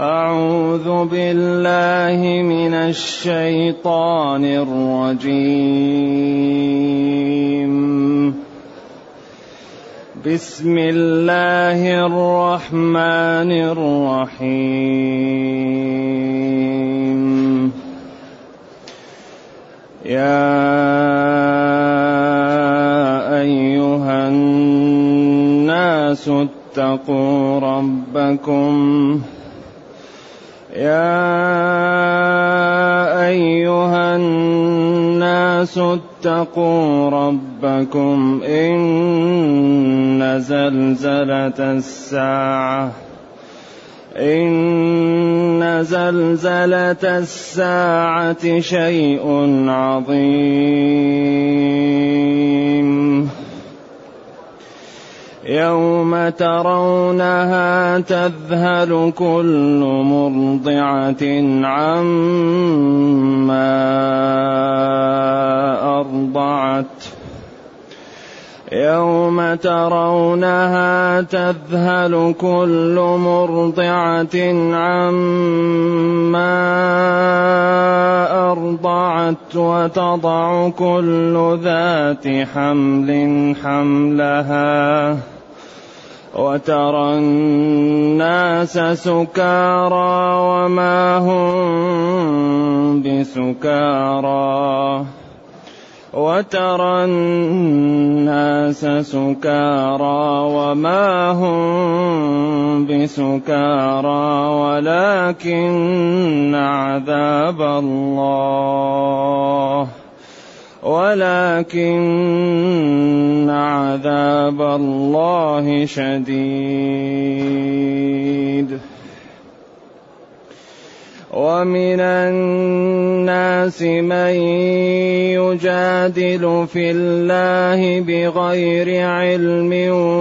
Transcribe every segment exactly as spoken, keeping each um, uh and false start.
أعوذ بالله من الشيطان الرجيم. بسم الله الرحمن الرحيم. يا أيها الناس اتقوا ربكم يا أيها الناس اتقوا ربكم إن زلزلة الساعة إن زلزلة الساعة شيء عظيم يوم ترونها تذهل كل مرضعة عما أرضعت يوم ترونها تذهل كل مرضعة عما أرضعت وتضع كل ذات حمل حملها وترى الناس سكارى وما هم بسكارى وترى الناس سكارى وما هم بسكارى ولكن عذاب الله ولكن عذاب الله شديد. ومن الناس من يجادل في الله بغير علم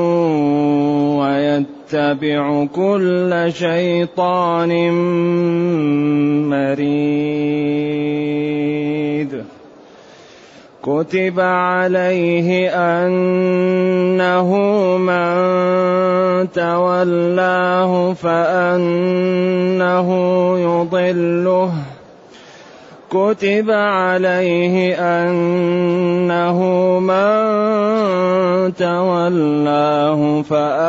ويتبع كل شيطان مريد. كتب عليه أنه من تولاه فأنه يضله كتب عليه أنه من تولاه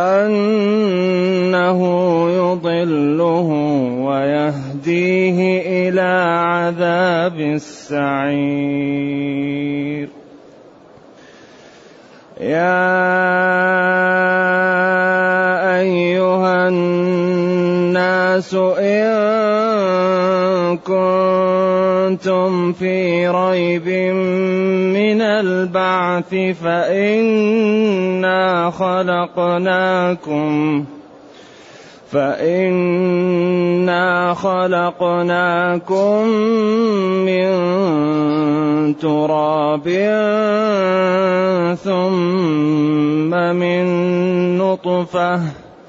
فأنه يضله ويهديه إلى عذاب السعير. يا أيها الناس إن كنتم في ريب من البعث فإنا خلقناكم فإنا خلقناكم من تراب ثم من نطفة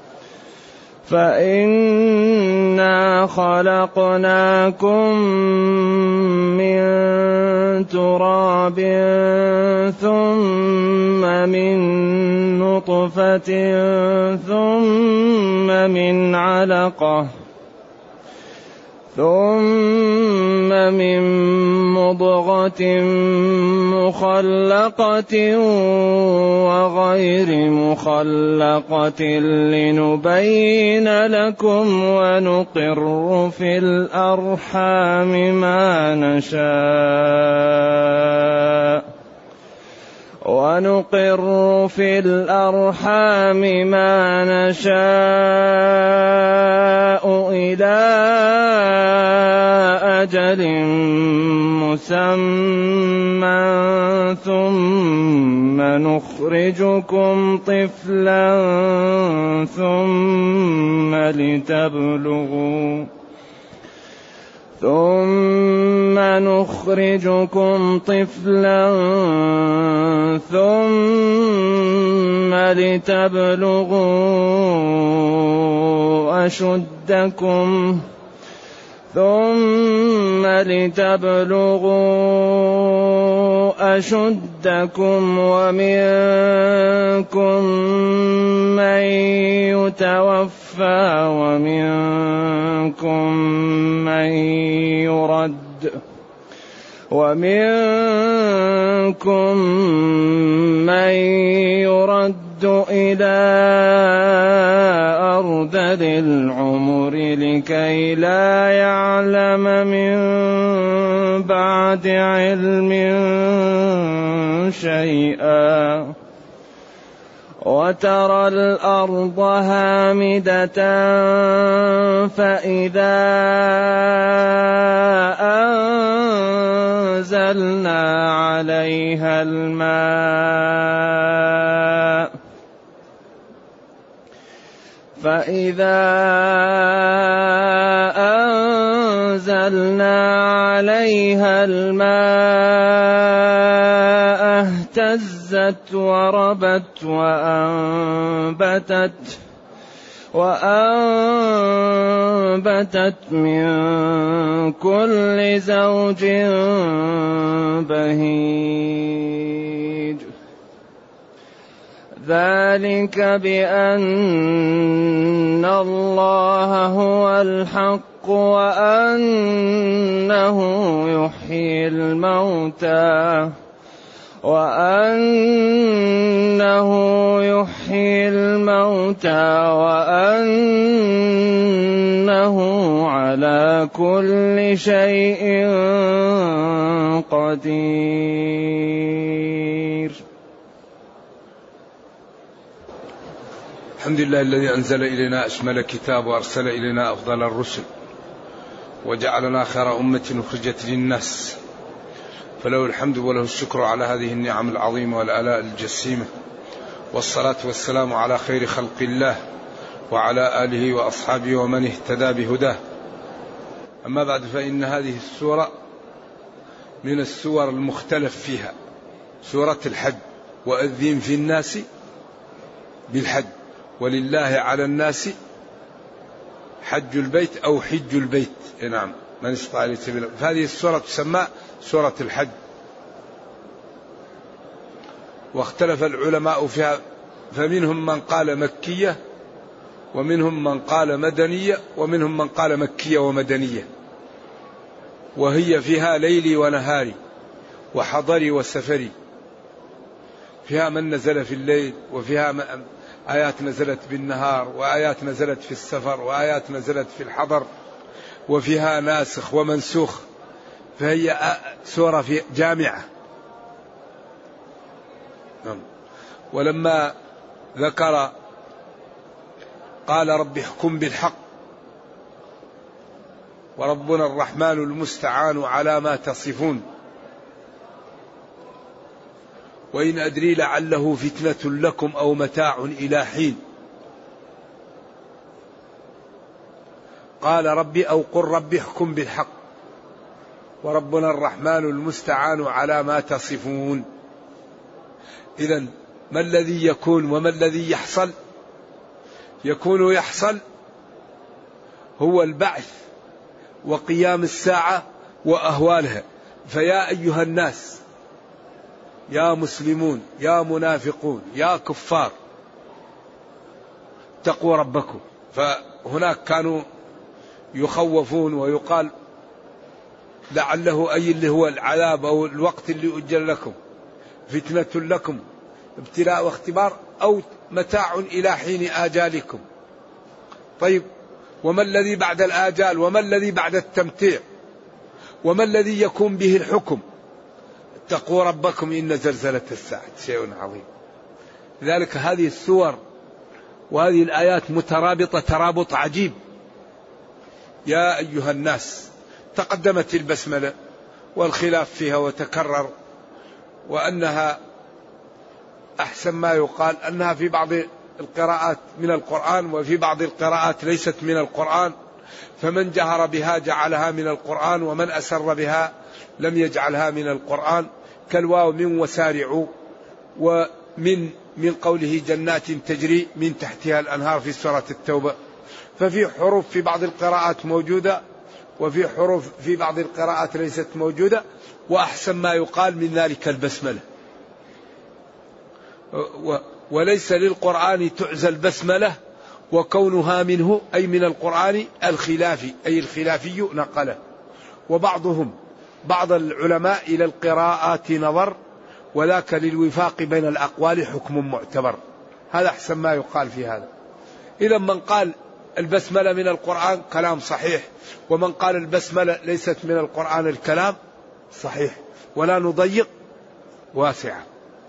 فإنا خلقناكم من تراب ثم من نطفة ثم من علقة ثم من مضغة مخلقة وغير مخلقة لنبين لكم ونقر في الأرحام ما نشاء ونقر في الأرحام ما نشاء إلى أجل مسمى ثم نخرجكم طفلا ثم لتبلغوا ثم نخرجكم طفلا ثم لتبلغوا أشدكم ثم لتبلغوا أشدكم ومنكم من يتوفى ومنكم من يرد ومنكم من يرد إلى أرذل العمر لكي لا يعلم من بعد علم شيئا وترى الأرض هامدة فإذا أنزلنا عليها الماء فإذا أنزلنا عليها الماء اهتزت وربت وأنبتت وأنبتت من كل زوج بهيج ذلك بأن الله هو الحق وأنه يحيي الموتى وأنه يحيي الموتى وأنه على كل شيء قدير. الحمد لله الذي أنزل إلينا أشمل كتاب وأرسل إلينا أفضل الرسل وجعلنا خير أمة أخرجت للناس، فله الحمد وله الشكر على هذه النعم العظيمة والآلاء الجسيمة، والصلاة والسلام على خير خلق الله وعلى آله وأصحابه ومن اهتدى بهداه. أما بعد، فإن هذه السورة من السور المختلف فيها، سورة الحج، وأذن في الناس بالحج ولله على الناس حج البيت أو حج البيت، نعم من استطاع إليه سبيلا. فهذه السورة تسمى سورة الحج، واختلف العلماء فيها، فمنهم من قال مكية ومنهم من قال مدنية ومنهم من قال مكية ومدنية، وهي فيها ليلي ونهاري وحضري وسفري، فيها من نزل في الليل وفيها آيات نزلت بالنهار وآيات نزلت في السفر وآيات نزلت في الحضر، وفيها ناسخ ومنسوخ، فهي سورة في جامعة. ولما ذكر قال رب احكم بالحق وربنا الرحمن المستعان على ما تصفون وإن أدري لعله فتنة لكم أو متاع إلى حين، قال ربي أو قل ربي احكم بالحق وربنا الرحمن المستعان على ما تصفون. إذن ما الذي يكون وما الذي يحصل؟ يكون يحصل هو البعث وقيام الساعة وأهوالها. فيا أيها الناس، يا مسلمون يا منافقون يا كفار، اتقوا ربكم. فهناك كانوا يخوفون ويقال لعله أي اللي هو العذاب أو الوقت اللي أجل لكم فتنة لكم، ابتلاء واختبار، أو متاع إلى حين آجالكم. طيب، وما الذي بعد الآجال وما الذي بعد التمتيع وما الذي يكون به الحكم؟ اتقوا ربكم إن زلزلة الساعة شيء عظيم. لذلك هذه السور وهذه الآيات مترابطة ترابط عجيب. يا أيها الناس، تقدمت البسملة والخلاف فيها وتكرر، وأنها أحسن ما يقال أنها في بعض القراءات من القرآن وفي بعض القراءات ليست من القرآن، فمن جهر بها جعلها من القرآن ومن أسر بها لم يجعلها من القرآن، كالواو من وسارعوا، ومن من قوله جنات تجري من تحتها الأنهار في سورة التوبة. ففي حروف في بعض القراءات موجودة وفي حروف في بعض القراءات ليست موجودة. وأحسن ما يقال من ذلك البسملة. وليس للقرآن تعزى البسملة، وكونها منه أي من القرآن الخلافي أي الخلافي نقله. وبعضهم بعض العلماء إلى القراءات نظر، وذاك للوفاق بين الأقوال حكم معتبر. هذا أحسن ما يقال في هذا. إذا من قال البسملة من القرآن كلام صحيح، ومن قال البسملة ليست من القرآن الكلام صحيح، ولا نضيق واسعة.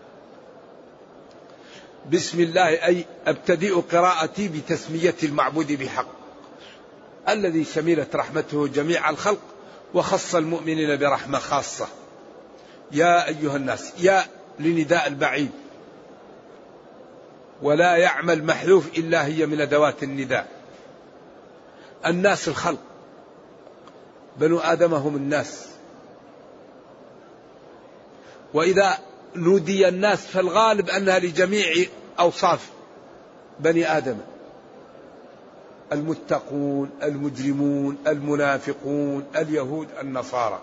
بسم الله أي أبتدئ قراءتي بتسمية المعبود بحق الذي شملت رحمته جميع الخلق، وخص المؤمنين برحمة خاصة. يا أيها الناس، يا لنداء البعيد، ولا يعمل محذوف إلا هي من أدوات النداء. الناس الخلق، بنو آدم هم الناس. وإذا نودي الناس فالغالب أنها لجميع أوصاف بني آدم: المتقون، المجرمون، المنافقون، اليهود، النصارى.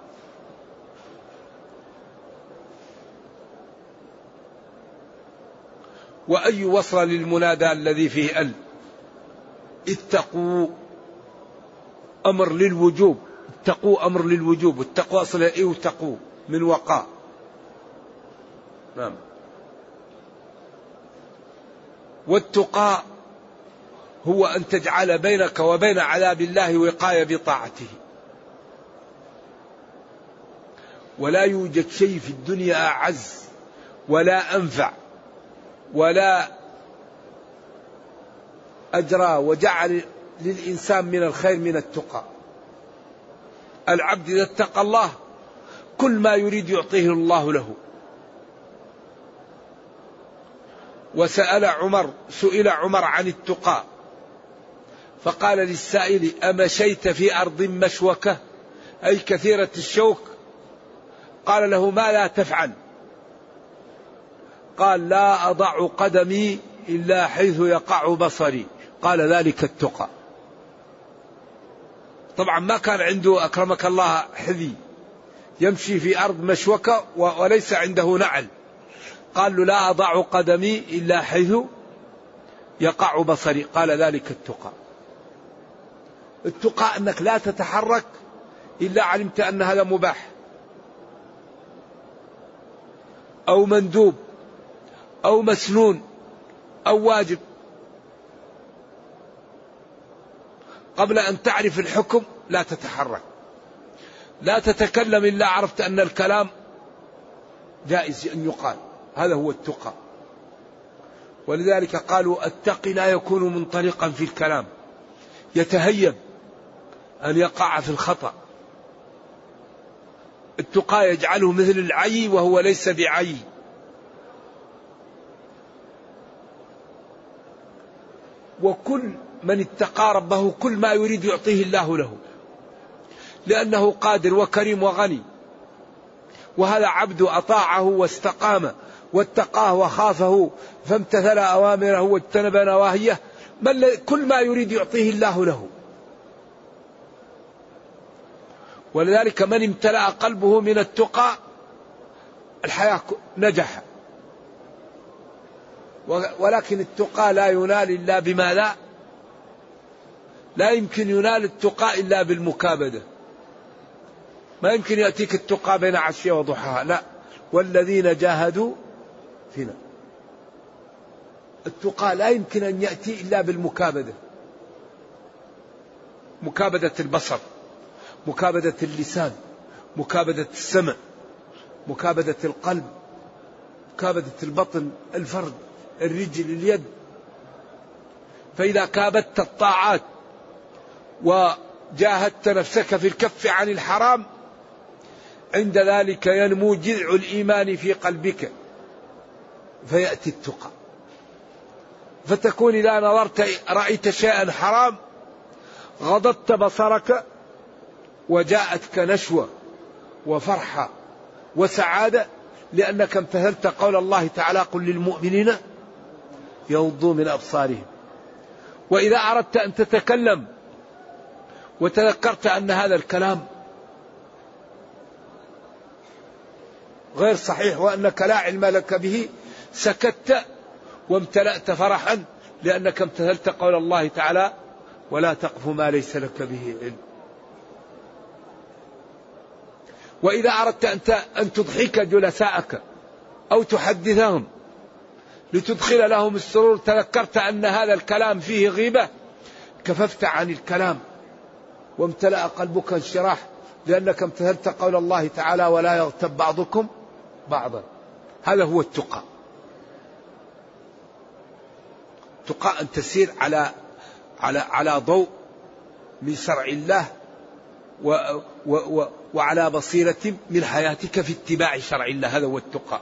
وأي وصل للمنادى الذي فيه ال. اتقوا أمر للوجوب، اتقوا أمر للوجوب، والتقوى أصلا إيه؟ اتقوا من وقاء. نعم. والتقى هو أن تجعل بينك وبين عذاب الله وقاية بطاعته. ولا يوجد شيء في الدنيا أعز ولا أنفع ولا أجرى وجعل للإنسان من الخير من التقى. العبد إذا اتقى الله كل ما يريد يعطيه الله له. وسأل عمر سئل عمر عن التقى فقال للسائل: أمشيت في أرض مشوكة أي كثيرة الشوك؟ قال له: ما لا تفعل؟ قال: لا أضع قدمي إلا حيث يقع بصري. قال: ذلك التقى. طبعا ما كان عنده أكرمك الله حذي يمشي في أرض مشوكة وليس عنده نعل. قال له: لا أضع قدمي إلا حيث يقع بصري. قال: ذلك التقى. التقى أنك لا تتحرك إلا علمت أن هذا مباح أو مندوب أو مسنون أو واجب. قبل أن تعرف الحكم لا تتحرك، لا تتكلم إلا عرفت أن الكلام جائز أن يقال. هذا هو التقى. ولذلك قالوا: التقي لا يكون منطلقا في الكلام، يتهيب أن يقع في الخطأ. التقى يجعله مثل العي وهو ليس بعي. وكل من اتقى ربه كل ما يريد يعطيه الله له، لأنه قادر وكريم وغني. وهذا عبد أطاعه واستقام واتقاه وخافه فامتثل أوامره واجتنب نواهيه، كل ما يريد يعطيه الله له. ولذلك من امتلأ قلبه من التقى الحياة نجح. ولكن التقى لا ينال إلا بما لا لا يمكن ينال التقى إلا بالمكابدة. ما يمكن يأتيك التقى بين عشية وضحاها، لا. والذين جاهدوا فينا. التقى لا يمكن أن يأتي إلا بالمكابدة. مكابدة البصر، مكابدة اللسان، مكابدة السمع، مكابدة القلب، مكابدة البطن، الفرد، الرجل، اليد. فإذا كابدت الطاعات وجاهدت نفسك في الكف عن الحرام، عند ذلك ينمو جذع الإيمان في قلبك فيأتي التقى. فتكون إذا نظرت رأيت شيئا حرام غضضت بصرك وجاءتك نشوة وفرحة وسعادة، لأنك امتثلت قول الله تعالى: قل للمؤمنين يغضوا من أبصارهم. وإذا أردت أن تتكلم وتذكرت أن هذا الكلام غير صحيح وأنك لا علم لك به، سكت وامتلأت فرحا لأنك امتثلت قول الله تعالى: ولا تقف ما ليس لك به علم. وإذا أردت أنت أن تضحك جلساءك أو تحدثهم لتدخل لهم السرور، تذكرت أن هذا الكلام فيه غيبة، كففت عن الكلام وامتلأ قلبك انشراح لأنك امتثلت قول الله تعالى: ولا يغتب بعضكم بعضا. هذا هو التقى. تقى أن تسير على على على ضوء من شرع الله و و و وعلى بصيرة من حياتك في اتباع شرع الله. هذا هو التقى.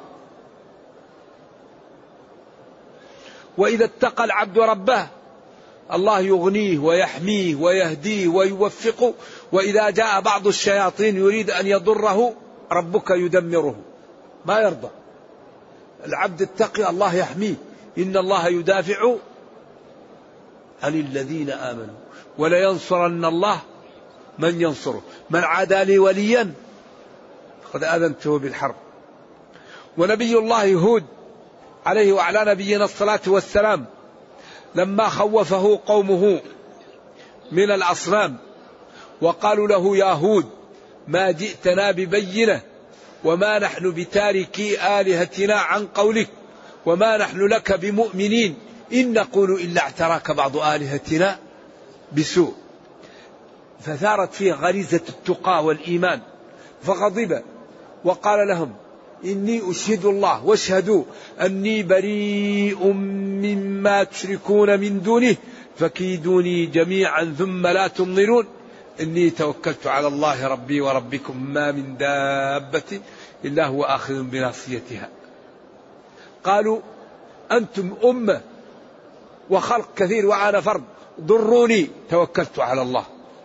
وإذا اتقى العبد ربه الله يغنيه ويحميه ويهديه ويوفقه، وإذا جاء بعض الشياطين يريد أن يضره ربك يدمره، ما يرضى. العبد التقي الله يحميه، إن الله يدافع عن الذين آمنوا ولينصرن الله من ينصره، من عادى لي وليا قد آذنته بالحرب. ونبي الله هود عليه وعلى نبينا الصلاة والسلام لما خوفه قومه من الأصنام وقالوا له: يا هود ما جئتنا ببينة وما نحن بتاركي آلهتنا عن قولك وما نحن لك بمؤمنين إن نقول إلا اعتراك بعض آلهتنا بسوء. فثارت فيه غريزة التقى والإيمان فغضب وقال لهم: إني أشهد الله واشهدوا أني بريء مما تشركون من دونه فكيدوني جميعا ثم لا تنظرون إني توكلت على الله ربي وربكم ما من دابة إلا هو آخذ بناصيتها. قالوا: أنتم أمة وخلق كثير وأنا فرد، ضروني، توكلت على الله.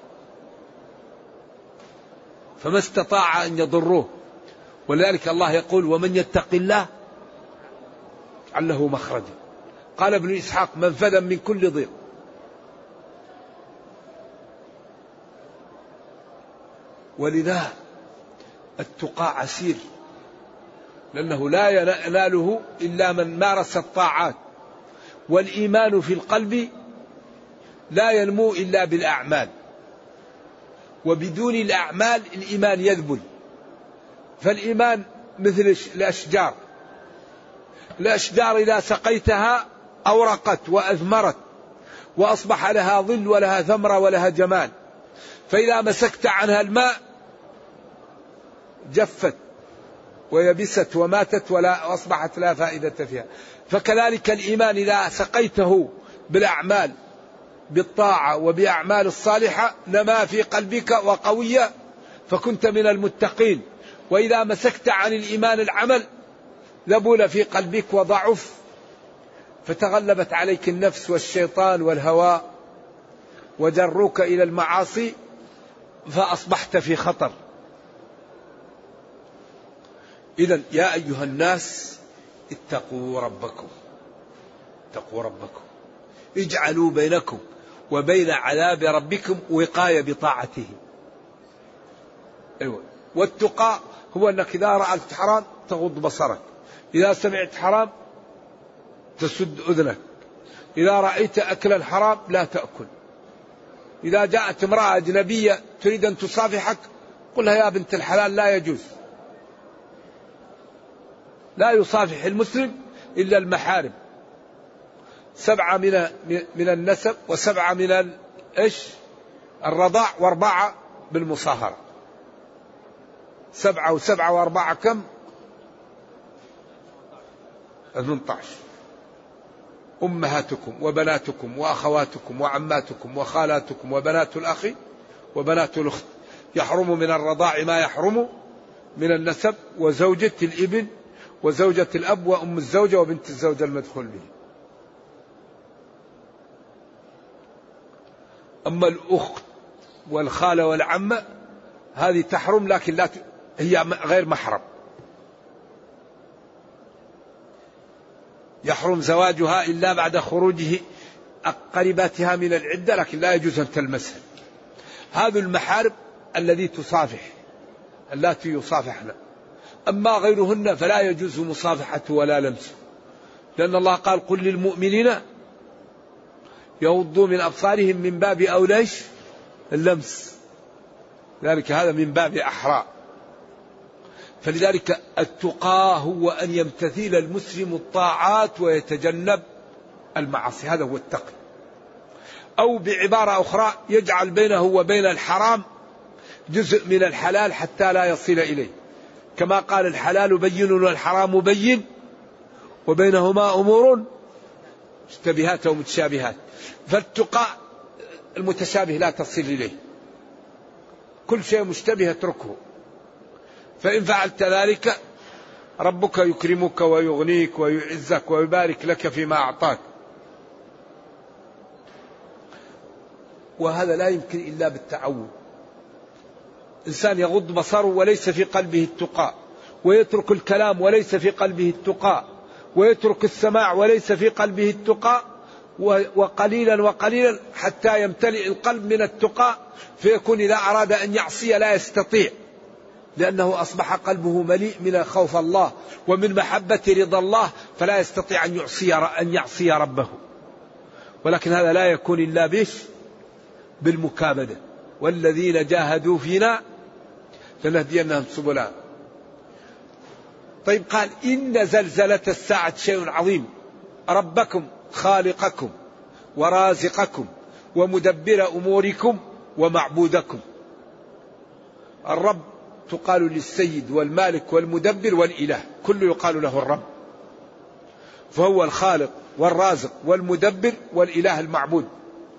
فما استطاع أن يضروه. ولذلك الله يقول: ومن يتق الله يجعل له مخرجا. قال ابن إسحاق: منفذا من كل ضيق. ولذا التقى عسير، لأنه لا يناله إلا من مارس الطاعات. والإيمان في القلب لا ينمو إلا بالأعمال، وبدون الأعمال الإيمان يذبل. فالإيمان مثل الأشجار، الأشجار إذا سقيتها أورقت وأثمرت وأصبح لها ظل ولها ثمرة ولها جمال، فإذا مسكت عنها الماء جفت ويبست وماتت ولا أصبحت لا فائدة فيها. فكذلك الإيمان إذا سقيته بالأعمال بالطاعة وبأعمال الصالحة نما في قلبك وقوية فكنت من المتقين. وإذا مسكت عن الإيمان العمل ذبل في قلبك وضعف فتغلبت عليك النفس والشيطان والهوى وجروك إلى المعاصي فأصبحت في خطر. إذن يا أيها الناس اتقوا ربكم، اتقوا ربكم، اجعلوا بينكم وبين عذاب ربكم وقاية بطاعته. أيوة. والتقى هو أنك إذا رأيت حرام تغض بصرك، إذا سمعت حرام تسد أذنك، إذا رأيت أكل الحرام لا تأكل، إذا جاءت امرأة أجنبية تريد أن تصافحك قلها يا بنت الحلال لا يجوز. لا يصافح المسلم إلا المحارم، سبعة من من النسب وسبعة من ايش الرضاع واربعة بالمصاهرة. سبعة وسبعة واربعة كم؟ ثمانية عشر. أمهاتكم وبناتكم وأخواتكم وعماتكم وخالاتكم وبنات الأخ وبنات الأخت يحرم من الرضاع ما يحرم من النسب، وزوجة الابن وزوجة الأب وأم الزوجة وبنت الزوجة المدخول به. أما الأخت والخالة والعمة هذه تحرم لكن لا ت... هي غير محرم، يحرم زواجها إلا بعد خروجه قريباتها من العدة، لكن لا يجوز أن تلمسها. هذه المحارم الذي تصافح التي يصافحنا، أما غيرهن فلا يجوز مصافحة ولا لمس، لأن الله قال قل للمؤمنين يغضوا من أبصارهم من باب أوليش اللمس، ذلك هذا من باب أحرى. فلذلك التقى هو أن يمتثل المسلم الطاعات ويتجنب المعاصي، هذا هو التقي. أو بعبارة أخرى يجعل بينه وبين الحرام جزء من الحلال حتى لا يصل إليه، كما قال الحلال بين والحرام بين وبينهما أمور مشتبهات ومتشابهات. فالتقى المتشابه لا تصل إليه، كل شيء مشتبه اتركه، فإن فعلت ذلك ربك يكرمك ويغنيك ويعزك ويبارك لك فيما أعطاك. وهذا لا يمكن إلا بالتعود. إنسان يغض بصره وليس في قلبه التقى، ويترك الكلام وليس في قلبه التقى، ويترك السماع وليس في قلبه التقى، وقليلا وقليلا حتى يمتلئ القلب من التقى، فيكون إذا أراد أن يعصي لا يستطيع، لأنه أصبح قلبه مليء من خوف الله ومن محبة رضا الله، فلا يستطيع أن يعصي أن يعصي ربه. ولكن هذا لا يكون إلا بش بالمكابدة، والذين جاهدوا فينا لنهدينهم سبلنا. طيب قال إن زلزلة الساعة شيء عظيم، ربكم خالقكم ورازقكم ومدبر أموركم ومعبودكم. الرب تقال للسيد والمالك والمدبر والإله، كل يقال له الرب، فهو الخالق والرازق والمدبر والإله المعبود.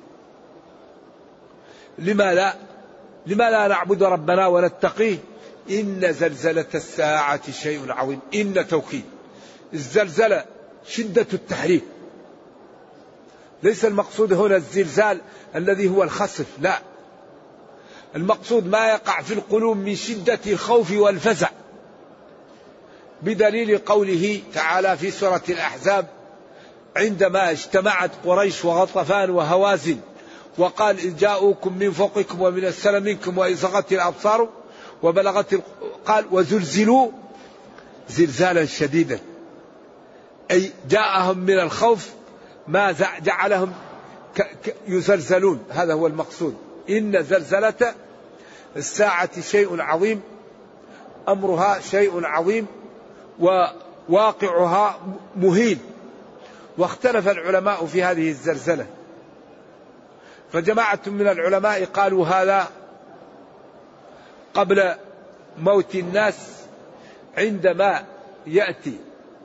لما لا لما لا نعبد ربنا ونتقيه؟ إن زلزلة الساعة شيء عظيم. إن توكيد، الزلزلة شدة التحريك، ليس المقصود هنا الزلزال الذي هو الخسف، لا، المقصود ما يقع في القلوب من شدة الخوف والفزع، بدليل قوله تعالى في سورة الأحزاب عندما اجتمعت قريش وغطفان وهوازن وقال إذ جاءوكم من فوقكم ومن السفل منكم وإذ زاغت الأبصار وبلغت، قال وزلزلوا زلزالا شديدا، أي جاءهم من الخوف ما جعلهم يزلزلون، هذا هو المقصود. إن زلزلة الساعة شيء عظيم، أمرها شيء عظيم وواقعها مهين. واختلف العلماء في هذه الزلزلة، فجماعة من العلماء قالوا هذا قبل موت الناس، عندما يأتي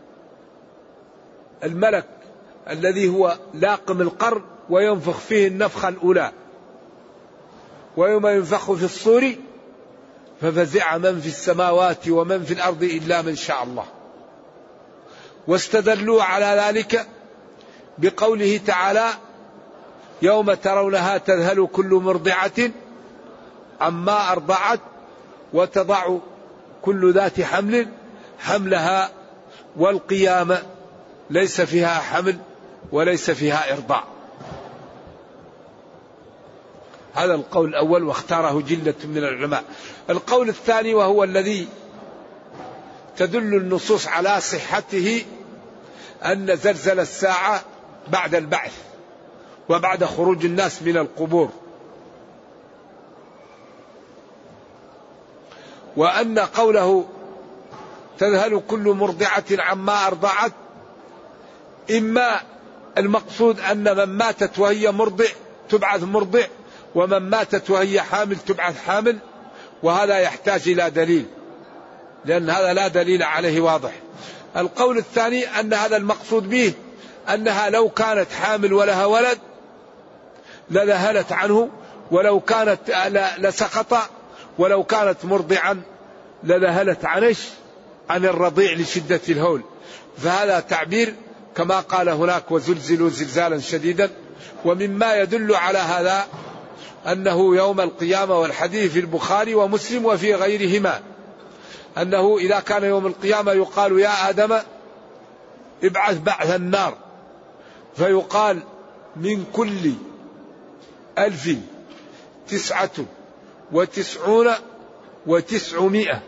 الملك الذي هو لاقم القرن وينفخ فيه النفخة الأولى، ويوم ينفخ في الصور ففزع من في السماوات ومن في الأرض إلا من شاء الله. واستدلوا على ذلك بقوله تعالى يوم ترونها تذهل كل مرضعة عما أرضعت وتضع كل ذات حمل حملها والقيامة ليس فيها حمل وليس فيها إرضاع. هذا القول الأول واختاره جلة من العلماء. القول الثاني وهو الذي تدل النصوص على صحته أن زلزل الساعة بعد البعث وبعد خروج الناس من القبور، وأن قوله تذهل كل مرضعة عما أرضعت، إما المقصود أن من ماتت وهي مرضع تبعث مرضع، ومن ماتت وهي حامل تبعث حامل، وهذا يحتاج إلى دليل، لأن هذا لا دليل عليه واضح. القول الثاني أن هذا المقصود به أنها لو كانت حامل ولها ولد لذهلت عنه، ولو كانت لسقط، ولو كانت مرضعا لذهلت عنش عن الرضيع لشدة الهول. فهذا تعبير كما قال هناك وزلزلوا زلزالا شديدا. ومما يدل على هذا أنه يوم القيامة، والحديث في البخاري ومسلم وفي غيرهما، أنه إذا كان يوم القيامة يقال يا آدم ابعث بعث النار، فيقال من كل ألف تسعة وتسعون وتسعمائة.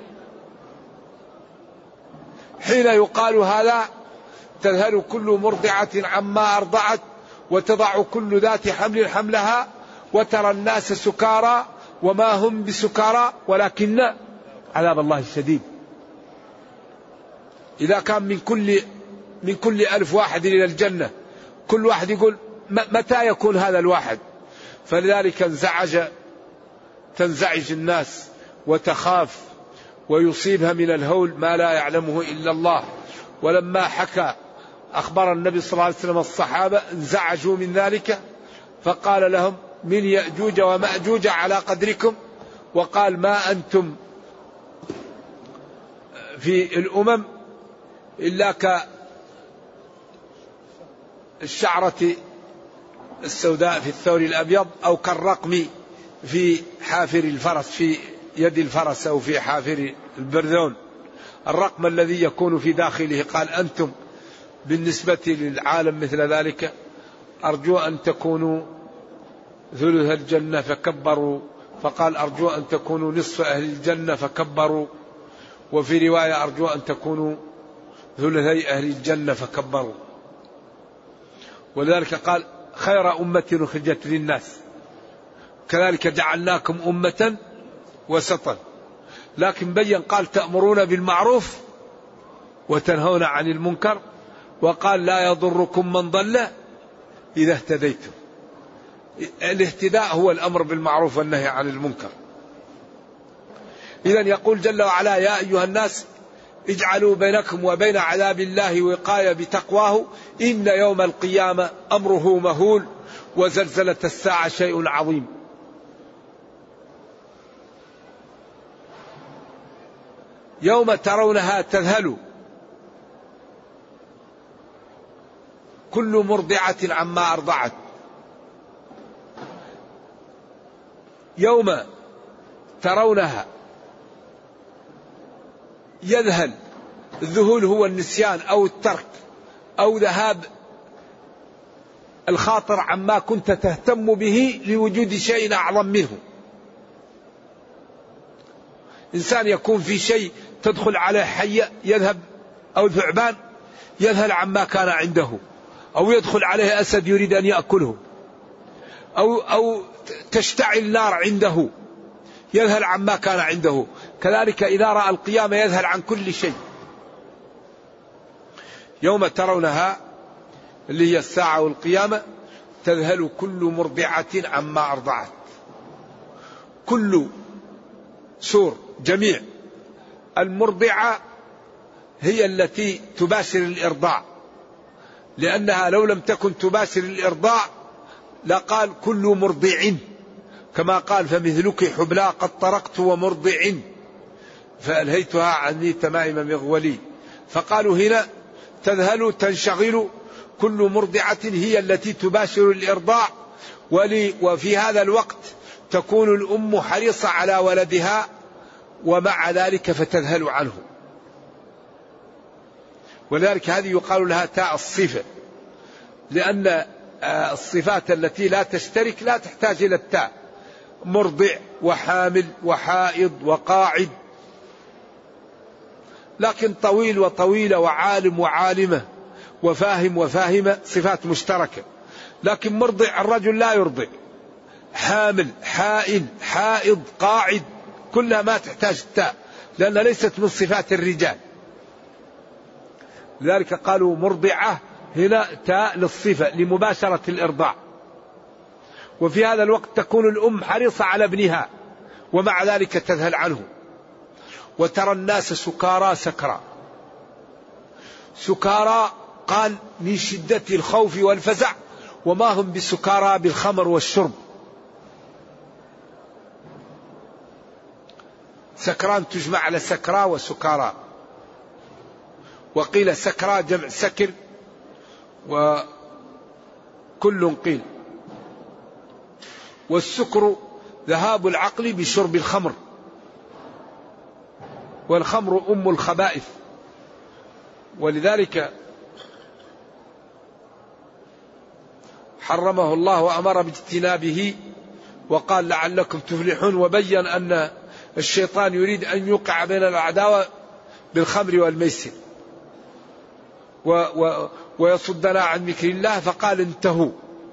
حين يقال هذا تذهل كل مرضعة عما أرضعت وتضع كل ذات حمل حملها وترى الناس سكارى وما هم بسكارى ولكن عذاب الله الشديد. إذا كان من كل من كل ألف واحد إلى الجنة كل واحد يقول متى يكون هذا الواحد؟ فلذلك انزعج تنزعج الناس وتخاف ويصيبها من الهول ما لا يعلمه إلا الله. ولما حكى أخبر النبي صلى الله عليه وسلم الصحابة انزعجوا من ذلك فقال لهم من يأجوج ومأجوج على قدركم، وقال ما أنتم في الأمم إلا كالشعرة السوداء في الثور الأبيض أو كالرقم في حافر الفرس في يد الفرس أو في حافر البرذون، الرقم الذي يكون في داخله. قال أنتم بالنسبة للعالم مثل ذلك، أرجو أن تكونوا ثلث الجنة فكبروا، فقال أرجو أن تكونوا نصف أهل الجنة فكبروا، وفي رواية أرجو أن تكونوا ثلثي أهل الجنة فكبروا. ولذلك قال خير أمة أخرجت للناس، كذلك جعلناكم أمة وسطا. لكن بين قال تأمرون بالمعروف وتنهون عن المنكر، وقال لا يضركم من ضل إذا اهتديتم. الاهتداء هو الأمر بالمعروف والنهي عن المنكر. إذن يقول جل وعلا يا أيها الناس اجعلوا بينكم وبين عذاب الله وقاية بتقواه إن يوم القيامة أمره مهول وزلزلة الساعة شيء عظيم. يوم ترونها تذهل كل مرضعة عما أرضعت. يوم ترونها يذهل، الذهول هو النسيان أو الترك أو ذهاب الخاطر عما كنت تهتم به لوجود شيء أعظم منه. إنسان يكون في شيء تدخل عليه حية يذهب أو ثعبان يذهل عما كان عنده، أو يدخل عليه أسد يريد أن يأكله، أو أو تشتعل نار عنده يذهل عما كان عنده. كذلك إذا رأى القيامة يذهل عن كل شيء. يوم ترونها اللي هي الساعة والقيامة تذهل كل مرضعة عما أرضعت. كل سور جميع. المرضعة هي التي تباشر الإرضاع، لأنها لو لم تكن تباشر الإرضاع لقال كل مرضع، كما قال فمثلك حبلا قد طرقت ومرضع فألهيتها عني تمائم مغولي. فقالوا هنا تذهل تنشغل كل مرضعة هي التي تباشر الإرضاع، وفي هذا الوقت تكون الأم حريصة على ولدها ومع ذلك فتذهل عنه. ولذلك هذه يقال لها تاء الصفة، لأن الصفات التي لا تشترك لا تحتاج إلى التاء، مرضع وحامل وحائض وقاعد. لكن طويل وطويلة وعالم وعالمة وفاهم وفاهمة صفات مشتركة. لكن مرضع الرجل لا يرضع، حامل حائل حائض قاعد كلها ما تحتاج التاء لأنها ليست من صفات الرجال. لذلك قالوا مرضعة هنا تاء للصفة لمباشرة الإرضاع. وفي هذا الوقت تكون الأم حريصة على ابنها ومع ذلك تذهل عنه. وترى الناس سكارى سكرى. سكارى قال من شدة الخوف والفزع، وما هم بسكارى بالخمر والشرب. سكران تجمع على سكرى وسكارى، وقيل سكرى جمع سكر وكل قيل. والسكر ذهاب العقل بشرب الخمر، والخمر أم الخبائث. ولذلك حرمه الله وأمر باجتنابه وقال لعلكم تفلحون، وبين أن الشيطان يريد أن يوقع بين العداوة بالخمر والميسر و و ويصدنا عن ذكر الله، فقال انتهوا.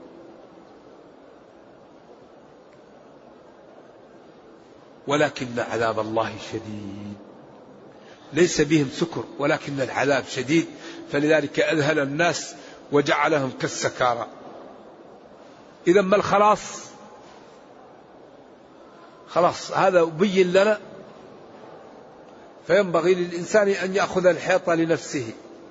ولكن عذاب الله شديد، ليس بهم سكر ولكن العذاب شديد، فلذلك أذهل الناس وجعلهم كالسكارى. إذا ما الخلاص؟ خلاص هذا بين لنا، فينبغي للإنسان أن يأخذ الحيط لنفسه.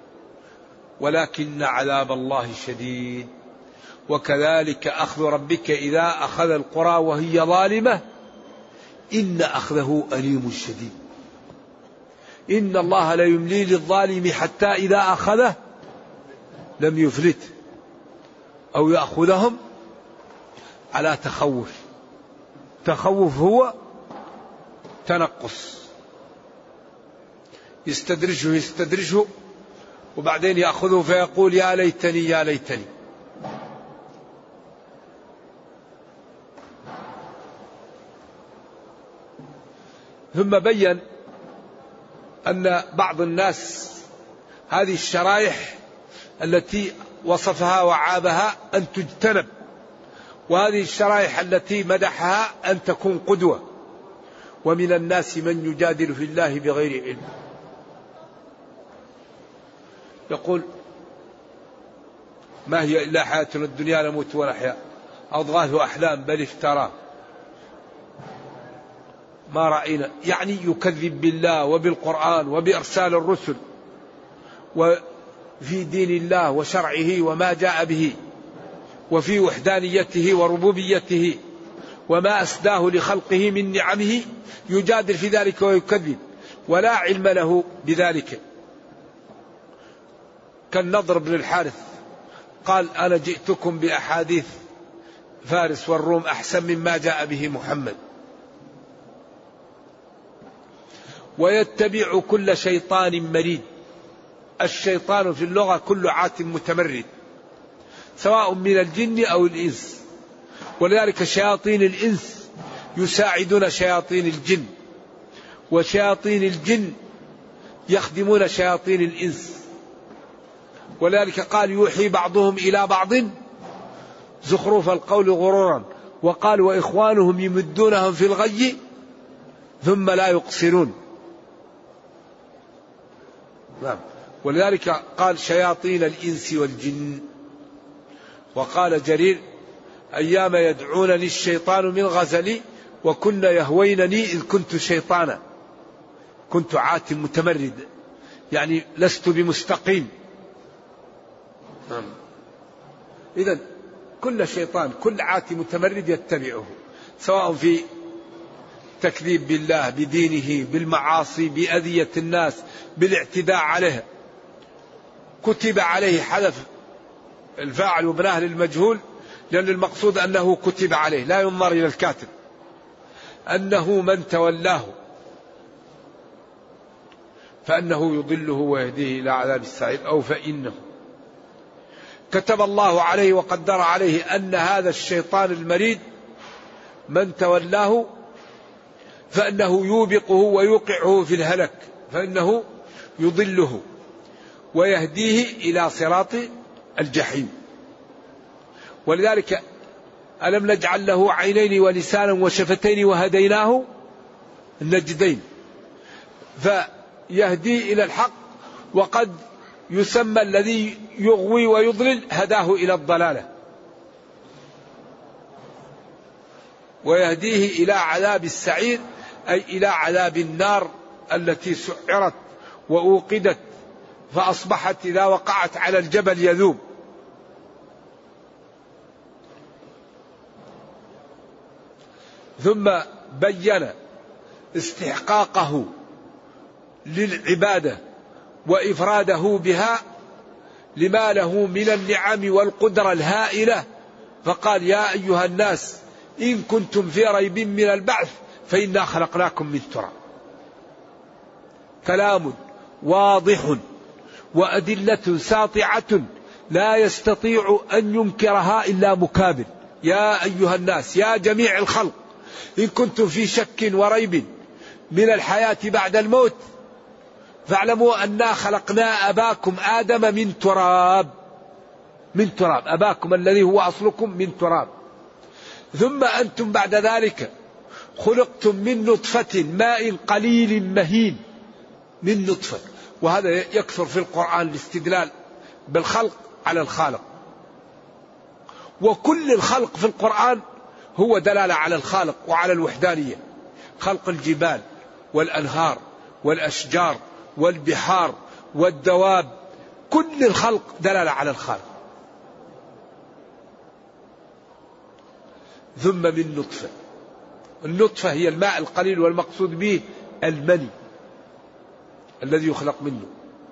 ولكن عذاب الله شديد، وكذلك أخذ ربك إذا أخذ القرى وهي ظالمة إن أخذه أليم شديد. إن الله لا يملي للظالم حتى إذا أخذه لم يفلت، أو يأخذهم على تخوف. تخوف هو تنقص، يستدرجه يستدرجه وبعدين يأخذه فيقول يا ليتني يا ليتني. ثم بين أن بعض الناس هذه الشرائح التي وصفها وعابها أن تجتنب، وهذه الشرائح التي مدحها أن تكون قدوة. ومن الناس من يجادل في الله بغير علم، يقول ما هي إلا حياتنا الدنيا نموت ونحيا أضغاث أحلام بل افترى ما رأينا. يعني يكذب بالله وبالقرآن وبإرسال الرسل وفي دين الله وشرعه وما جاء به، وفي وحدانيته وربوبيته وما أسداه لخلقه من نعمه، يجادل في ذلك ويكذب ولا علم له بذلك. كالنضر بن الحارث قال أنا جئتكم بأحاديث فارس والروم أحسن مما جاء به محمد. ويتبع كل شيطان مريد. الشيطان في اللغة كل عات متمرد، سواء من الجن أو الإنس، ولذلك شياطين الإنس يساعدون شياطين الجن، وشياطين الجن يخدمون شياطين الإنس. ولذلك قال يوحي بعضهم إلى بعض زخرف القول غرورا، وقال وإخوانهم يمدونهم في الغي ثم لا يقصرون. نعم. ولذلك قال شياطين الإنس والجن. وقال جرير أيام يدعونني الشيطان من غزلي وكن يهوينني إذ كنت شيطانا، كنت عات متمرد، يعني لست بمستقيم. إذن كل شيطان كل عات متمرد يتبعه، سواء في تكذيب بالله بدينه، بالمعاصي، بأذية الناس، بالاعتداء عليه. كتب عليه حذف الفاعل وبناه للمجهول، لأن المقصود أنه كتب عليه، لا ينظر إلى الكاتب. أنه من تولاه فأنه يضله ويهديه إلى عذاب السعير، أو فإنه كتب الله عليه وقدر عليه أن هذا الشيطان المريد من تولاه فإنه يوبقه ويوقعه في الهلك، فإنه يضله ويهديه إلى صراط الجحيم. ولذلك ألم نجعل له عينين ولسانا وشفتين وهديناه النجدين، فيهدي إلى الحق. وقد يسمى الذي يغوي ويضلل هداه إلى الضلالة، ويهديه إلى عذاب السعير، أي إلى عذاب النار التي سعرت وأوقدت فأصبحت إذا وقعت على الجبل يذوب. ثم بين استحقاقه للعبادة وإفراده بها لما له من النعم والقدرة الهائلة، فقال يا أيها الناس إن كنتم في ريب من البعث فإنا خلقناكم من تراب. كلام واضح وأدلة ساطعة لا يستطيع أن ينكرها إلا مكابر. يا أيها الناس يا جميع الخلق إن كنتم في شك وريب من الحياة بعد الموت فاعلموا أنا خلقنا أباكم آدم من تراب. من تراب، أباكم الذي هو أصلكم من تراب. ثم أنتم بعد ذلك خلقتم من نطفة ماء قليل مهين. من نطفة، وهذا يكثر في القرآن الاستدلال بالخلق على الخالق. وكل الخلق في القرآن هو دلالة على الخالق وعلى الوحدانية. خلق الجبال والأنهار والأشجار والبحار والدواب، كل الخلق دلالة على الخالق. ثم من نطفة، النطفة هي الماء القليل والمقصود به المني الذي يخلق منه.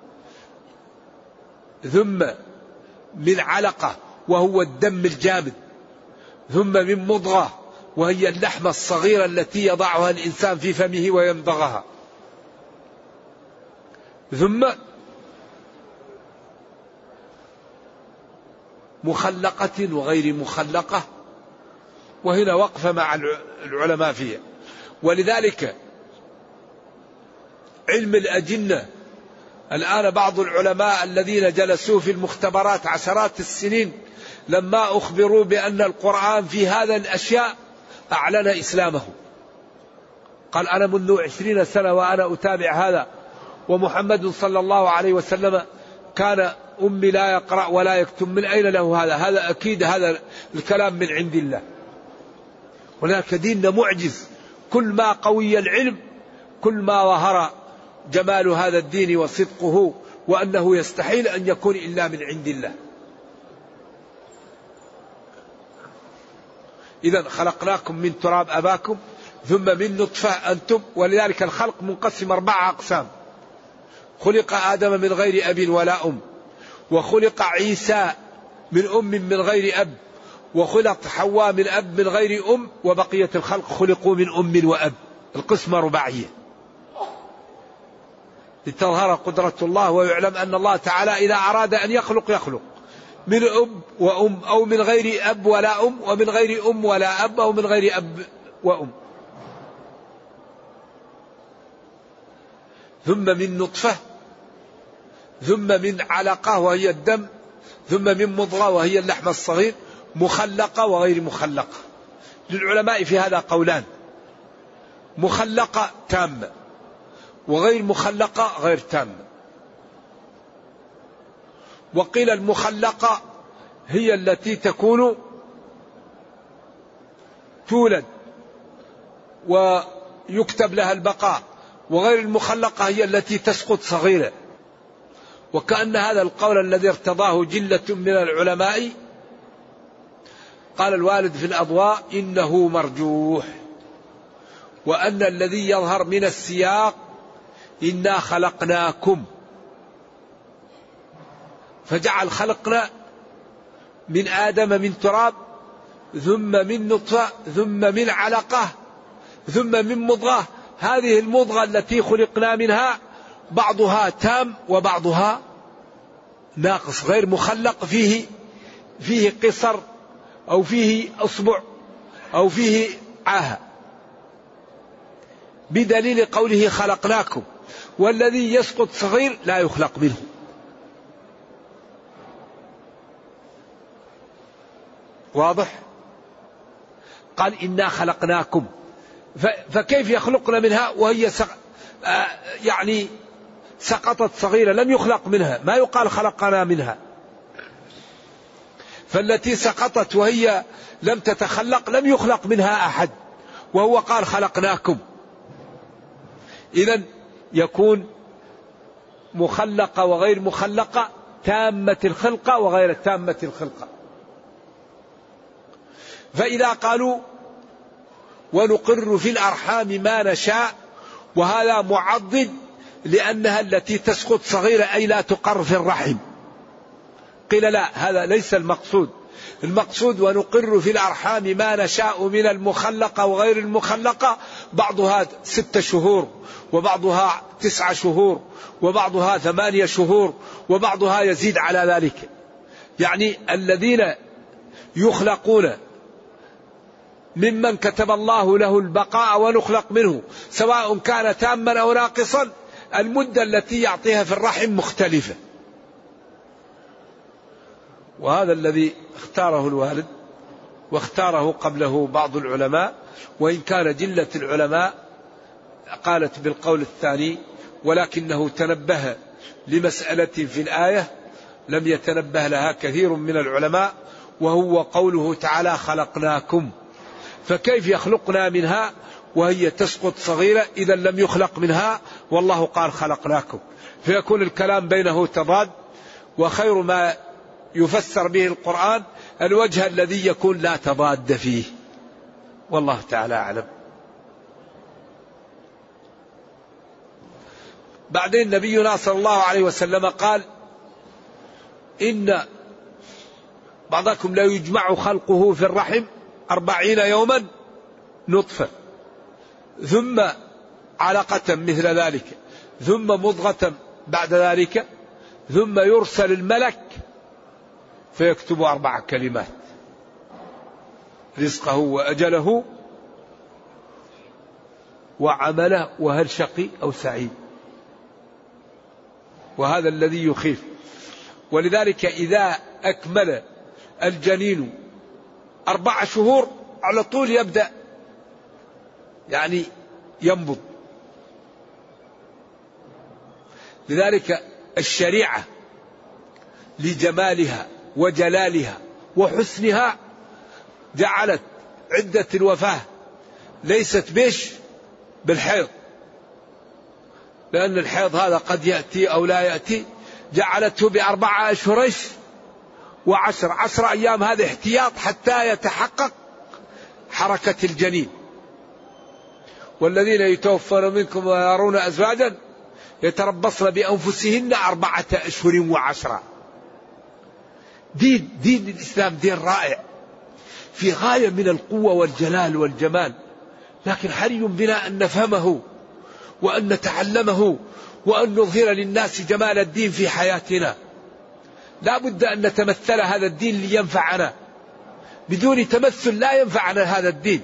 ثم من علقة وهو الدم الجامد. ثم من مضغة وهي اللحمة الصغيرة التي يضعها الإنسان في فمه ويمضغها. ثم مخلقة وغير مخلقة، وهنا وقفة مع العلماء فيها. ولذلك علم الأجنة الآن بعض العلماء الذين جلسوا في المختبرات عشرات السنين لما أخبروا بأن القرآن في هذا الأشياء أعلن إسلامه. قال أنا منذ عشرين سنة وأنا أتابع هذا، ومحمد صلى الله عليه وسلم كان أمي لا يقرأ ولا يكتب، من أين له هذا؟ هذا أكيد هذا الكلام من عند الله. ولكن ديننا معجز، كل ما قوي العلم كل ما ظهر جمال هذا الدين وصدقه، وأنه يستحيل أن يكون إلا من عند الله. إذا خلقناكم من تراب أباكم ثم من نطفة أنتم. ولذلك الخلق منقسم أربعة أقسام: خلق آدم من غير أب ولا أم، وخلق عيسى من أم من غير أب، وخلق حواء من أب من غير أم، وبقية الخلق خلقوا من أم وأب. القسمة رباعية لتظهر قدرة الله ويعلم أن الله تعالى إذا أراد أن يخلق يخلق من أب وأم، أو من غير أب ولا أم، ومن غير أم ولا أب، أو من غير أب وأم. ثم من نطفة، ثم من علقة وهي الدم، ثم من مضغة وهي اللحم الصغير، مخلقة وغير مخلقة. للعلماء في هذا قولان: مخلقة تامة، وغير مخلقة غير تامة. وقيل المخلقة هي التي تكون تولد ويكتب لها البقاء، وغير المخلقة هي التي تسقط صغيرة. وكأن هذا القول الذي ارتضاه جلة من العلماء، قال الوالد في الأضواء: إنه مرجوح، وأن الذي يظهر من السياق إنا خلقناكم، فجعل خلقنا من آدم من تراب، ثم من نطفة، ثم من علقة، ثم من مضغة. هذه المضغة التي خلقنا منها بعضها تام وبعضها ناقص غير مخلق، فيه فيه قصر أو فيه أصبع أو فيه عاهة، بدليل قوله خلقناكم. والذي يسقط صغير لا يخلق منه. واضح؟ قال إنا خلقناكم، فكيف يخلقنا منها وهي سق... آه يعني سقطت صغيرة لم يخلق منها، ما يقال خلقنا منها. فالتي سقطت وهي لم تتخلق لم يخلق منها أحد، وهو قال خلقناكم. إذن يكون مخلقة وغير مخلقة، تامة الخلقة وغير تامة الخلقة. فإذا قالوا ونقر في الأرحام ما نشاء، وهذا معضد لأنها التي تسقط صغيرة أي لا تقر في الرحم، قيل لا، هذا ليس المقصود. المقصود ونقر في الأرحام ما نشاء من المخلقة وغير المخلقة، بعضها ستة شهور، وبعضها تسعة شهور، وبعضها ثمانية شهور، وبعضها يزيد على ذلك. يعني الذين يخلقون ممن كتب الله له البقاء ونخلق منه سواء كان تاما أو ناقصا، المدة التي يعطيها في الرحم مختلفة. وهذا الذي اختاره الوالد واختاره قبله بعض العلماء، وإن كان جلة العلماء قالت بالقول الثاني، ولكنه تنبه لمسألة في الآية لم يتنبه لها كثير من العلماء، وهو قوله تعالى خلقناكم. فكيف يخلقنا منها وهي تسقط صغيرة إذا لم يخلق منها والله قال خلقناكم؟ فيكون الكلام بينه تضاد، وخير ما يفسر به القرآن الوجه الذي يكون لا تضاد فيه، والله تعالى أعلم. بعدين نبينا صلى الله عليه وسلم قال إن بعضكم لا يجمع خلقه في الرحم أربعين يوما نطفة ثم علقة مثل ذلك ثم مضغة بعد ذلك ثم يرسل الملك فيكتب أربع كلمات: رزقه وأجله وعمله وهل شقي أو سعيد. وهذا الذي يخيف. ولذلك إذا أكمل الجنين أربع شهور على طول يبدأ يعني ينبض. لذلك الشريعة لجمالها وجلالها وحسنها جعلت عدة الوفاة ليست بيش بالحيض، لأن الحيض هذا قد يأتي أو لا يأتي، جعلته بأربعة أشهر وعشر عشر أيام، هذا احتياط حتى يتحقق حركة الجنين. والذين يتوفون منكم ويرون أزواجا يتربصن بأنفسهن أربعة أشهر وعشرة. دين دين الإسلام دين رائع في غاية من القوة والجلال والجمال، لكن حري بنا أن نفهمه وأن نتعلمه وأن نظهر للناس جمال الدين في حياتنا. لا بد أن نتمثل هذا الدين لينفعنا، بدون تمثل لا ينفعنا هذا الدين.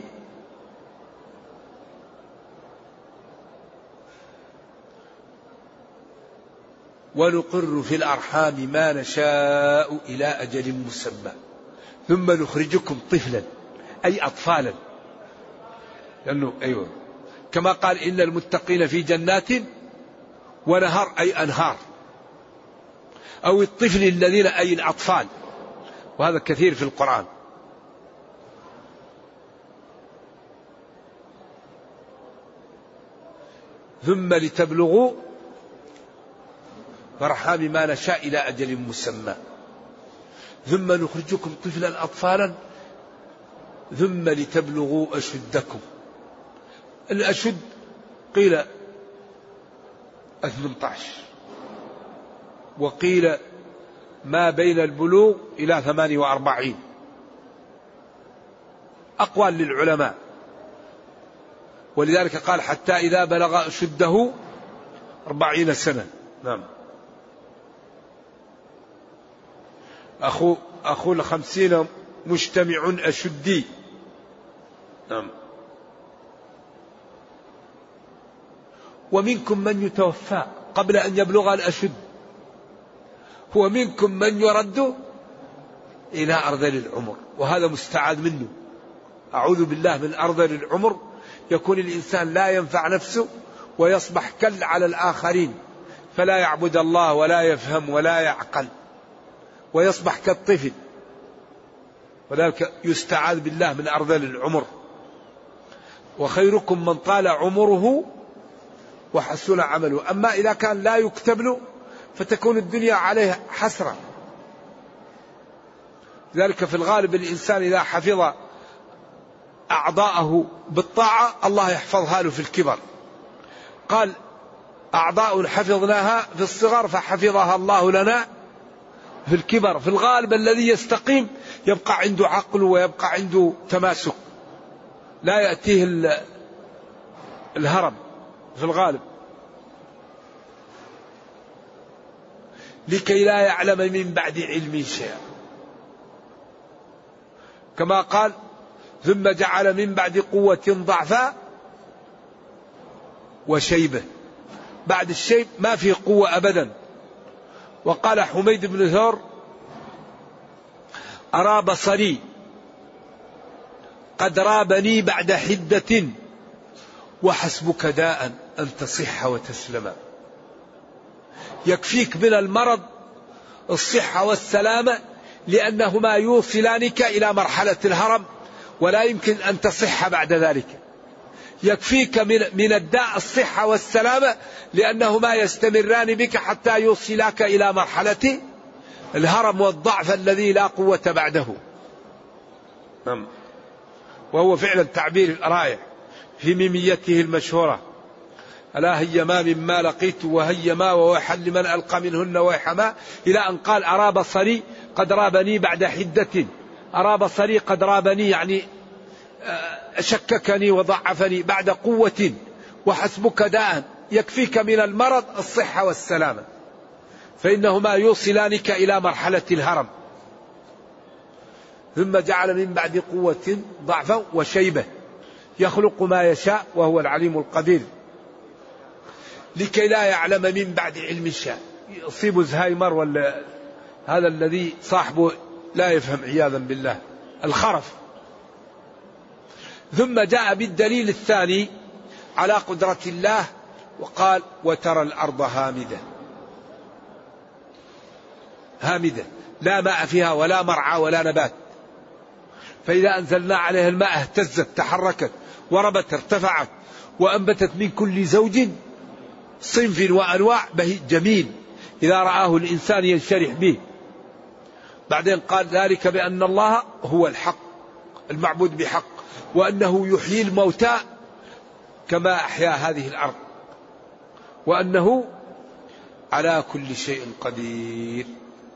ونقر في الأرحام ما نشاء إلى أجل مسمى ثم نخرجكم طفلا أي أطفالا، لأنه أيوة كما قال إن المتقين في جنات ونهر أي أنهار، أو الطفل الذين أي الأطفال، وهذا كثير في القرآن. ثم لتبلغوا فرحام ما نشاء إلى أجل مسمى ثم نخرجكم طفلا أطفالا ثم لتبلغوا أشدكم. الأشد قيل ثمانية عشر وقيل ما بين البلوغ إلى ثمانية وأربعين، أقوال للعلماء. ولذلك قال حتى إذا بلغ أشده أربعين سنة. نعم. أخو أخو الخمسين مجتمع أشدي. نعم. ومنكم من يتوفى قبل أن يبلغ الأشد، ومنكم من يرد إلى أرذل العمر، وهذا مستعاذ منه. أعوذ بالله من أرذل العمر، يكون الإنسان لا ينفع نفسه ويصبح كل على الآخرين، فلا يعبد الله ولا يفهم ولا يعقل ويصبح كالطفل. وذلك يستعاذ بالله من أرذل العمر. وخيركم من طال عمره وحسن عمله. أما إذا كان لا يكتب له فتكون الدنيا عليه حسرة. ذلك في الغالب الإنسان إذا حفظ أعضاءه بالطاعة الله يحفظها له في الكبر. قال أعضاء حفظناها في الصغر فحفظها الله لنا في الكبر. في الغالب الذي يستقيم يبقى عنده عقل ويبقى عنده تماسك، لا يأتيه الهرم في الغالب. لكي لا يعلم من بعد علم شيئا، كما قال ثم جعل من بعد قوة ضعفا وشيبة. بعد الشيب ما في قوة أبدا. وقال حميد بن ثور: أرى بصري قد رابني بعد حدة وحسبك داء أن تصح وتسلم. يكفيك من المرض الصحة والسلامة، لأنهما يوصلانك إلى مرحلة الهرم ولا يمكن أن تصح بعد ذلك. يكفيك من, من الداء الصحة والسلامة، لأنهما يستمران بك حتى يوصلاك إلى مرحلة الهرم والضعف الذي لا قوة بعده. وهو فعلا تعبير رائع في ميميته المشهورة: ألا هي ما مما لقيت وهي ما وويحا لمن ألقى منهن ويحما، إلى أن قال: أرى بصري قد رابني بعد حدة. أرى بصري قد رابني يعني شككني وضعفني بعد قوة، وحسبك داء. يكفيك من المرض الصحة والسلامة، فإنهما يوصلانك إلى مرحلة الهرم. ثم جعل من بعد قوة ضعفا وشيبة يخلق ما يشاء وهو العليم القدير. لكي لا يعلم من بعد علم شيء. يصيب زهايمر ولا هذا الذي صاحبه لا يفهم عياذا بالله، الخرف. ثم جاء بالدليل الثاني على قدرة الله وقال: وترى الأرض هامدة هامدة لا ماء فيها ولا مرعى ولا نبات، فإذا أنزلنا عليها الماء اهتزت تحركت وربت ارتفعت وأنبتت من كل زوج صنف وأنواع بهي جميل إذا رآه الإنسان ينشرح به. بعدين قال: ذلك بأن الله هو الحق المعبود بحق، وأنه يحيي الموتى كما أحيا هذه الأرض، وأنه على كل شيء قدير.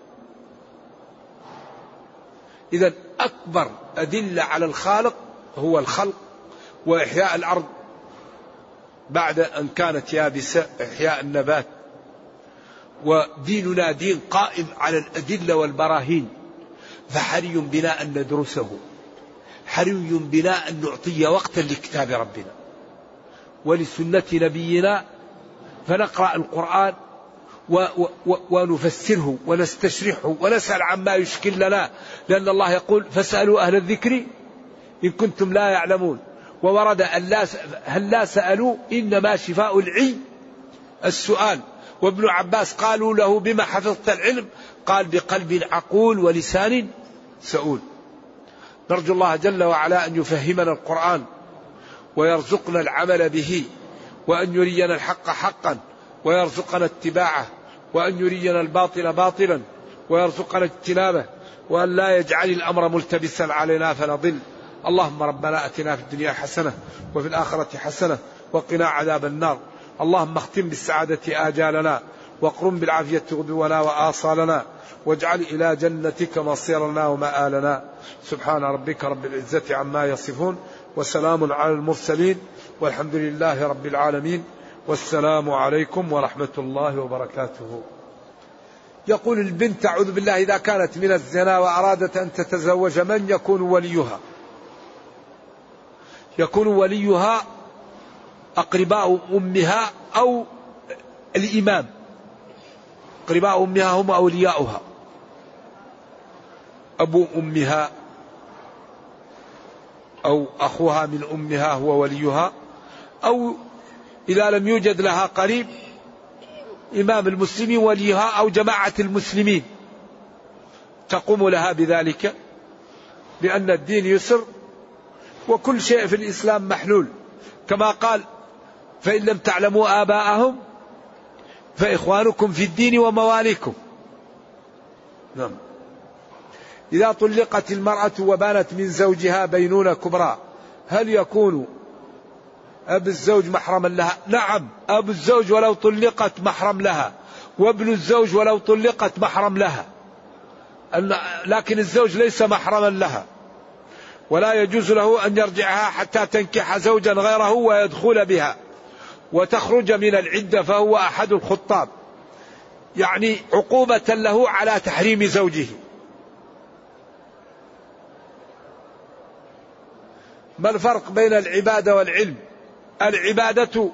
إذا أكبر أدلة على الخالق هو الخلق وإحياء الأرض بعد أن كانت يابسة، إحياء النبات. وديننا دين قائم على الأدلة والبراهين، فحري بنا أن ندرسه، حري بنا أن نعطي وقتا لكتاب ربنا ولسنة نبينا، فنقرأ القرآن و و ونفسره ونستشرحه ونسأل عما يشكل لنا، لأن الله يقول: فاسألوا أهل الذكر إن كنتم لا يعلمون. وورد هل لا سألوا إنما شفاء العي السؤال. وابن عباس قالوا له: بما حفظت العلم؟ قال: بقلب عقول ولسان سؤول. نرجو الله جل وعلا أن يفهمنا القرآن ويرزقنا العمل به، وأن يرينا الحق حقا ويرزقنا اتباعه، وأن يرينا الباطل باطلا ويرزقنا اجتنابه، وأن لا يجعل الأمر ملتبسا علينا فنضل. اللهم ربنا أتنا في الدنيا حسنة وفي الآخرة حسنة وقنا عذاب النار. اللهم اختم بالسعادة آجالنا، واقرم بالعافية غدونا وآصالنا، واجعل إلى جنتك مصيرنا ومآلنا. سبحان ربك رب العزة عما يصفون، وسلام على المرسلين، والحمد لله رب العالمين، والسلام عليكم ورحمة الله وبركاته. يقول: البنت أعوذ بالله إذا كانت من الزنا وأرادت أن تتزوج، من يكون وليها؟ يكون وليها أقرباء أمها أو الإمام. أقرباء أمها هم أولياؤها، أبو أمها أو أخوها من أمها هو وليها، أو إذا لم يوجد لها قريب إمام المسلمين وليها أو جماعة المسلمين تقوم لها بذلك، لأن الدين يسر وكل شيء في الإسلام محلول، كما قال: فإن لم تعلموا آباءهم فإخوانكم في الدين ومواليكم. نعم. إذا طلقت المرأة وبانت من زوجها بينونة كبرى، هل يكون أب الزوج محرما لها؟ نعم، أب الزوج ولو طلقت محرم لها، وابن الزوج ولو طلقت محرم لها، لكن الزوج ليس محرما لها، ولا يجوز له أن يرجعها حتى تنكح زوجا غيره ويدخل بها وتخرج من العدة، فهو أحد الخطاب، يعني عقوبة له على تحريم زوجه. ما الفرق بين العبادة والعلم؟ العبادة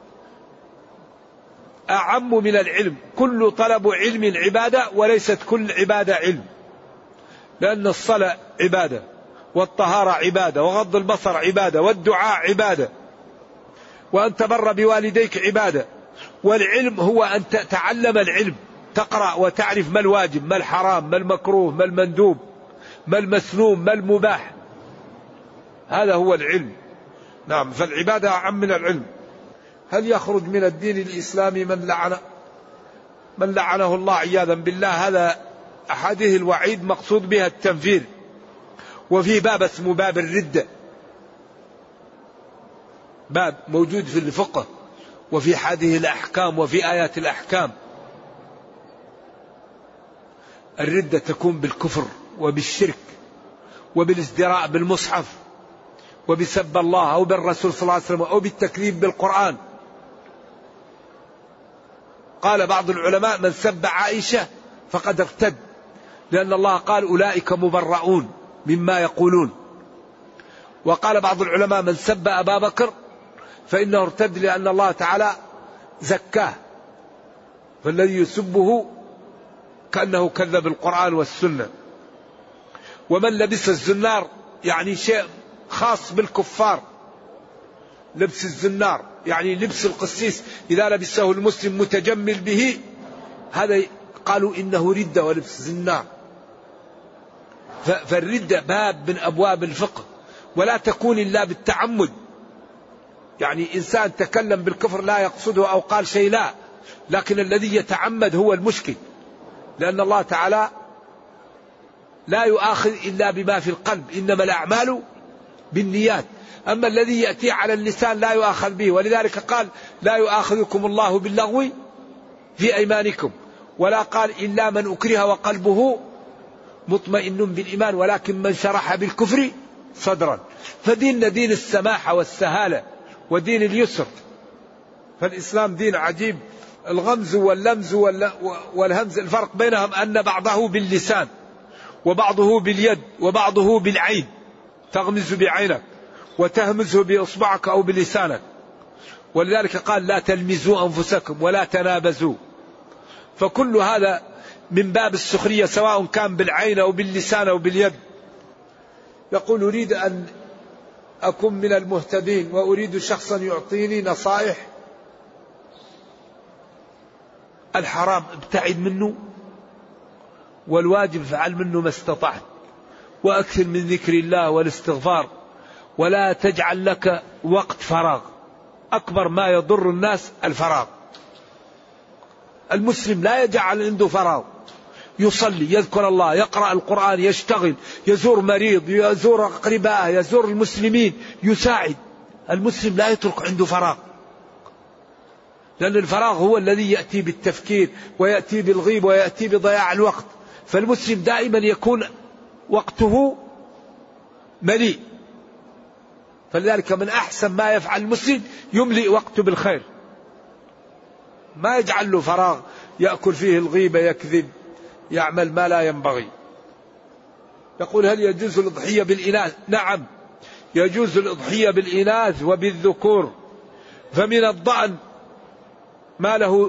أعم من العلم، كل طلب علم عبادة وليست كل عبادة علم، لأن الصلاة عبادة، والطهارة عبادة، وغض البصر عبادة، والدعاء عبادة، وأن تبر بوالديك عبادة. والعلم هو أن تتعلم العلم، تقرأ وتعرف ما الواجب، ما الحرام، ما المكروه، ما المندوب، ما المسنون، ما المباح. هذا هو العلم. نعم، فالعبادة أعم من العلم. هل يخرج من الدين الإسلامي من لعن من لعنه الله عياذا بالله؟ هذا أحاديث الوعيد مقصود بها التنفير. وفي باب اسمه باب الردة، باب موجود في الفقه وفي حديث الأحكام وفي آيات الأحكام. الردة تكون بالكفر وبالشرك وبالازدراء بالمصحف وبسب الله أو بالرسول صلى الله عليه وسلم أو بالتكذيب بالقرآن. قال بعض العلماء من سب عائشة فقد ارتد، لأن الله قال أولئك مبرؤون مما يقولون. وقال بعض العلماء من سب أبا بكر فإنه ارتد، لأن الله تعالى زكاه، فالذي يسبه كأنه كذب القرآن والسنة. ومن لبس الزنار يعني شيء خاص بالكفار، لبس الزنار يعني لبس القسيس إذا لبسه المسلم متجمل به، هذا قالوا إنه ردة ولبس زنار. فالردة باب من أبواب الفقه، ولا تكون إلا بالتعمد. يعني إنسان تكلم بالكفر لا يقصده أو قال شيء لا، لكن الذي يتعمد هو المشكل، لأن الله تعالى لا يؤاخذ إلا بما في القلب، إنما الأعمال بالنيات. أما الذي يأتي على اللسان لا يؤاخذ به، ولذلك قال لا يؤاخذكم الله باللغو في أيمانكم، ولا قال إلا من أكره وقلبه مطمئن بالإيمان، ولكن من شرح بالكفر صدرا. فديننا دين السماحة والسهالة ودين اليسر. فالإسلام دين عجيب. الغمز واللمز والهمز الفرق بينهم أن بعضه باللسان وبعضه باليد وبعضه بالعين، تغمز بعينك وتهمزه بإصبعك أو بلسانك. ولذلك قال لا تلمزوا أنفسكم ولا تنابزوا. فكل هذا من باب السخرية، سواء كان بالعين أو باللسان أو باليد. يقول أريد أن أكون من المهتدين وأريد شخصا يعطيني نصائح. الحرام ابتعد منه، والواجب فعل منه ما استطعت، وأكثر من ذكر الله والاستغفار، ولا تجعل لك وقت فراغ. أكبر ما يضر الناس الفراغ. المسلم لا يجعل عنده فراغ، يصلي، يذكر الله، يقرأ القرآن، يشتغل، يزور مريض، يزور أقرباءه، يزور المسلمين، يساعد. المسلم لا يترك عنده فراغ، لأن الفراغ هو الذي يأتي بالتفكير ويأتي بالغيب ويأتي بضياع الوقت. فالمسلم دائما يكون وقته مليء. فلذلك من أحسن ما يفعل المسلم يملئ وقته بالخير، ما يجعل له فراغ يأكل فيه الغيبة، يكذب، يعمل ما لا ينبغي. يقول هل يجوز الأضحية بالإناث؟ نعم، يجوز الأضحية بالإناث وبالذكور. فمن الضأن ما له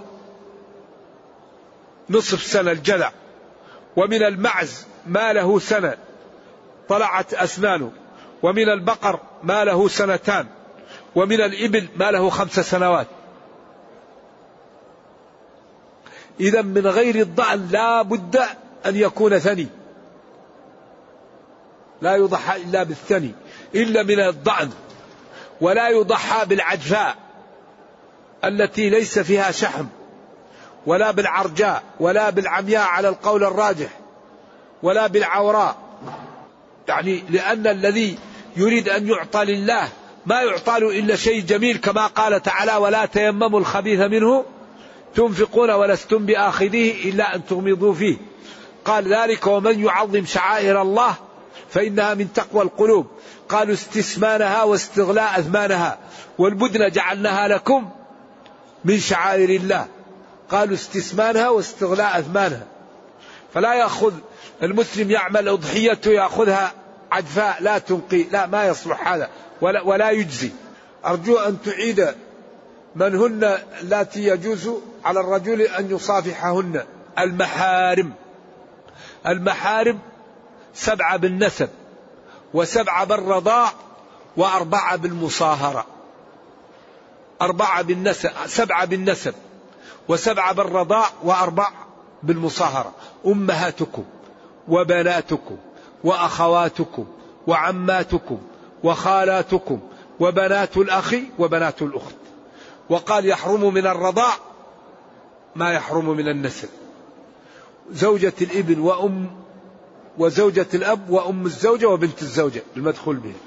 نصف سنة الجذع، ومن المعز ما له سنة طلعت أسنانه، ومن البقر ما له سنتان، ومن الإبل ما له خمس سنوات. إذا من غير الضأن لا بد أن يكون ثني، لا يضحى إلا بالثني، إلا من الضأن. ولا يضحى بالعجفاء التي ليس فيها شحم، ولا بالعرجاء، ولا بالعمياء على القول الراجح، ولا بالعوراء. يعني لأن الذي يريد أن يعطى لله ما يعطى له إلا شيء جميل، كما قال تعالى ولا تيمموا الخبيث منه تنفقون ولستم بآخذيه إلا أن تغمضوا فيه. قال ذلك ومن يعظم شعائر الله فإنها من تقوى القلوب. قالوا استثمانها واستغلاء أثمانها، والبدن جعلناها لكم من شعائر الله. قالوا استثمانها واستغلاء أثمانها. فلا يأخذ المسلم يعمل أضحيته يأخذها عجفاء لا تنقي، لا ما يصلح هذا ولا, ولا يجزي. أرجو أن تعيد من هن التي يجوز على الرجل أن يصافحهن. المحارم، المحارم سبعة بالنسب وسبعة بالرضاع وأربعة بالمصاهرة. أربعة بالنسب، سبعة بالنسب وسبعة بالرضاع وأربعة بالمصاهرة. أمهاتكم وبناتكم وأخواتكم وعماتكم وخالاتكم وبنات الأخ وبنات الأخت. وقال يحرم من الرضاع ما يحرم من النسب، زوجة الابن وأم وزوجة الأب وأم الزوجة وبنت الزوجة المدخول بها.